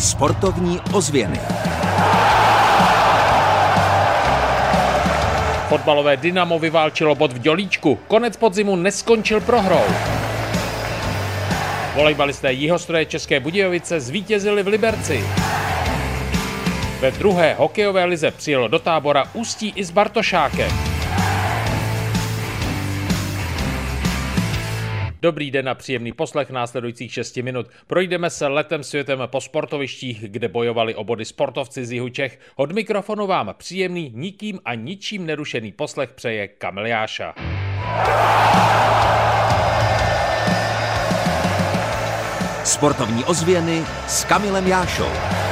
Sportovní ozvěny. Fotbalové Dynamo vyválčilo bod v Dělíčku. Konec podzimu neskončil prohrou. Volejbalisté Jihostroje České Budějovice zvítězili v Liberci. Ve druhé hokejové lize přijelo do Tábora Ústí i s Bartošákem. Dobrý den a příjemný poslech následujících 6 minut. Projdeme se letem světem po sportovištích, kde bojovali o body sportovci z jihu Čech. Od mikrofonu vám příjemný, nikým a ničím nerušený poslech přeje Kamil Jáša. Sportovní ozvěny s Kamilem Jášou.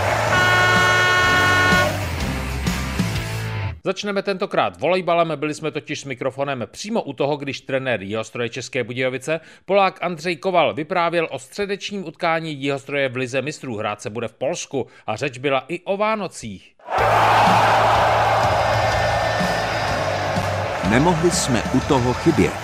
Začneme tentokrát volejbalem, byli jsme totiž s mikrofonem přímo u toho, když trenér Jihostroje České Budějovice, Polák Andřej Koval, vyprávěl o středečním utkání Jihostroje v lize mistrů. Hrát se bude v Polsku a řeč byla i o Vánocích. Nemohli jsme u toho chybět.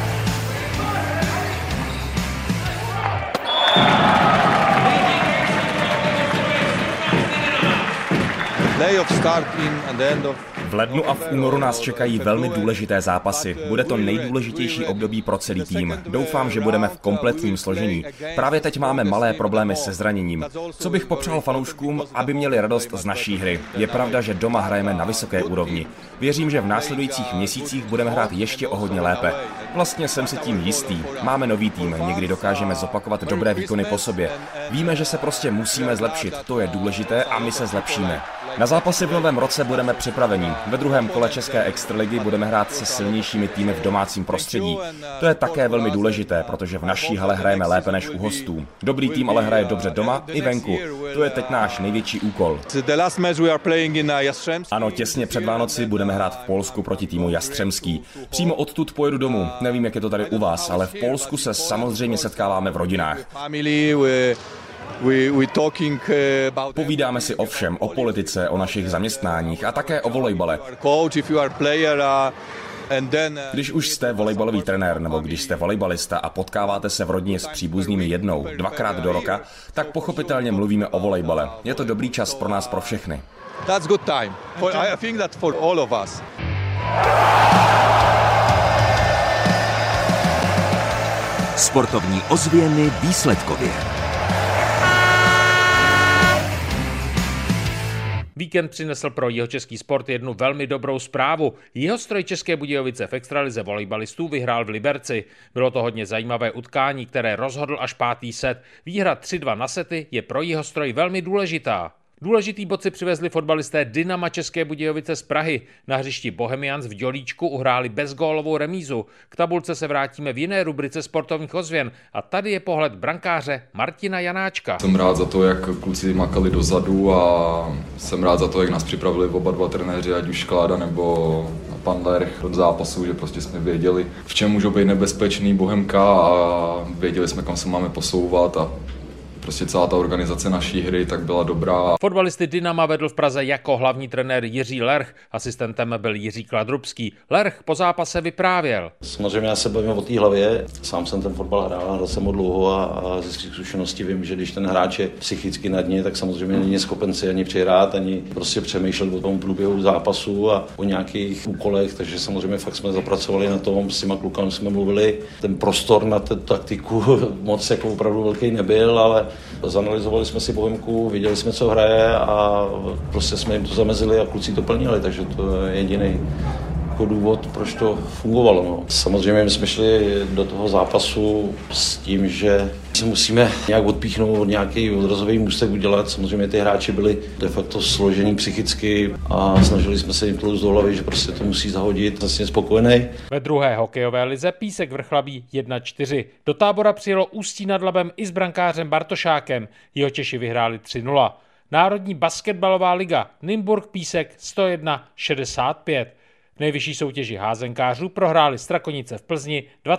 V lednu a v únoru nás čekají velmi důležité zápasy. Bude to nejdůležitější období pro celý tým. Doufám, že budeme v kompletním složení. Právě teď máme malé problémy se zraněním. Co bych popřál fanouškům, aby měli radost z naší hry. Je pravda, že doma hrajeme na vysoké úrovni. Věřím, že v následujících měsících budeme hrát ještě o hodně lépe. Vlastně jsem si tím jistý. Máme nový tým, někdy dokážeme zopakovat dobré výkony po sobě. Víme, že se prostě musíme zlepšit, to je důležité a my se zlepšíme. Na zápasy v novém roce budeme připraveni. Ve druhém kole České extraligy budeme hrát se silnějšími týmy v domácím prostředí. To je také velmi důležité, protože v naší hale hrajeme lépe než u hostů. Dobrý tým ale hraje dobře doma i venku. To je teď náš největší úkol. Ano, těsně před Vánoci budeme hrát v Polsku proti týmu Jastřemský. Přímo odtud pojedu domů. Nevím, jak je to tady u vás, ale v Polsku se samozřejmě setkáváme v rodinách. Povídáme si o všem, o politice, o našich zaměstnáních a také o volejbale. Když už jste volejbalový trenér nebo když jste volejbalista a potkáváte se v rodině s příbuznými jednou, dvakrát do roka, tak pochopitelně mluvíme o volejbale. Je to dobrý čas pro nás, pro všechny. Sportovní ozvěny výsledkově. Víkend přinesl pro jihočeský sport jednu velmi dobrou zprávu. Jihostroj České Budějovice v extralize volejbalistů vyhrál v Liberci. Bylo to hodně zajímavé utkání, které rozhodl až 5. set. Výhra 3-2 na sety je pro Jihostroj velmi důležitá. Důležitý bod si přivezli fotbalisté Dynama České Budějovice z Prahy. Na hřišti Bohemians v Dělíčku uhráli bezgólovou remízu. K tabulce se vrátíme v jiné rubrice sportovních ozvěn a tady je pohled brankáře Martina Janáčka. Jsem rád za to, jak kluci makali dozadu a jsem rád za to, jak nás připravili oba dva trenéři, ať už Kláda nebo pan Lerch od zápasu, že prostě jsme věděli, v čem můžou být nebezpečný Bohemka a věděli jsme, kam se máme posouvat a prostě celá ta organizace naší hry tak byla dobrá. Fotbalisty Dynama vedl v Praze jako hlavní trenér Jiří Lerch, asistentem byl Jiří Kladrubský. Lerch po zápase vyprávěl. Samozřejmě já se bavím o té hlavě, sám jsem ten fotbal hrál jsem ho dlouho a ze svých zkušeností vím, že když ten hráč je psychicky na dně, tak samozřejmě není schopen si ani přihrát, ani prostě přemýšlet o tom průběhu zápasu a o nějakých úkolech, takže samozřejmě fakt jsme zapracovali na tom, s těma klukami jsme mluvili. Ten prostor na tu taktiku moc jako opravdu velký nebyl, ale zanalyzovali jsme si Bohemku, viděli jsme, co hraje a prostě jsme jim to zamezili a kluci to plnili, takže to je jediný jako důvod, proč to fungovalo. No. Samozřejmě my jsme šli do toho zápasu s tím, že se musíme nějak odpíchnout, nějaký odrazový můstek udělat. Samozřejmě ty hráči byli de facto složení psychicky a snažili jsme se jim tlout do hlavy, že prostě to musí zahodit. Vlastně spokojený. Ve druhé hokejové lize Písek Vrchlabí 1-4. Do Tábora přijelo Ústí nad Labem i s brankářem Bartošákem. Jihočeši vyhráli 3-0. Národní basketbalová liga Nymburk Písek 101-65. V nejvyšší soutěži házenkářů prohráli Strakonice v Plzni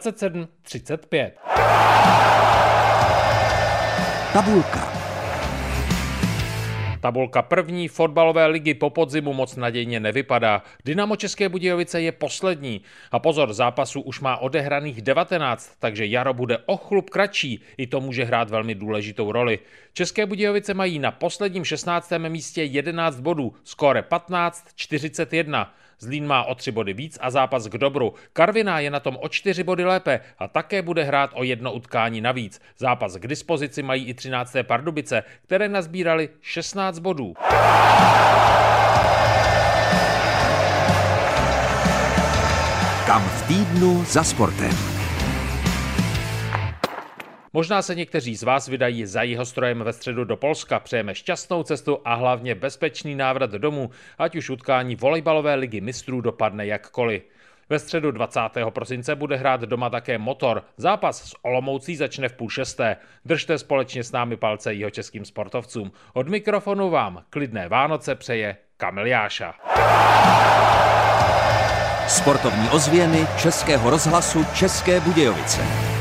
27-35. Tabulka. Tabulka první fotbalové ligy po podzimu moc nadějně nevypadá. Dynamo České Budějovice je poslední. A pozor, zápasů už má odehraných 19, takže jaro bude o chlup kratší. I to může hrát velmi důležitou roli. České Budějovice mají na posledním 16. místě 11 bodů, skóre 15-41. Zlín má o 3 body víc a zápas k dobru. Karviná je na tom o 4 body lépe a také bude hrát o 1 utkání navíc. Zápas k dispozici mají i 13. Pardubice, které nazbírali 16 bodů. Kam v týdnu za sportem. Možná se někteří z vás vydají za jihostrojem ve středu do Polska. Přejeme šťastnou cestu a hlavně bezpečný návrat domů, ať už utkání volejbalové ligy mistrů dopadne jakkoliv. Ve středu 20. prosince bude hrát doma také Motor. Zápas s Olomoucí začne v 5:30. Držte společně s námi palce jihočeským sportovcům. Od mikrofonu vám klidné Vánoce přeje Kamil Jáša. Sportovní ozvěny Českého rozhlasu České Budějovice.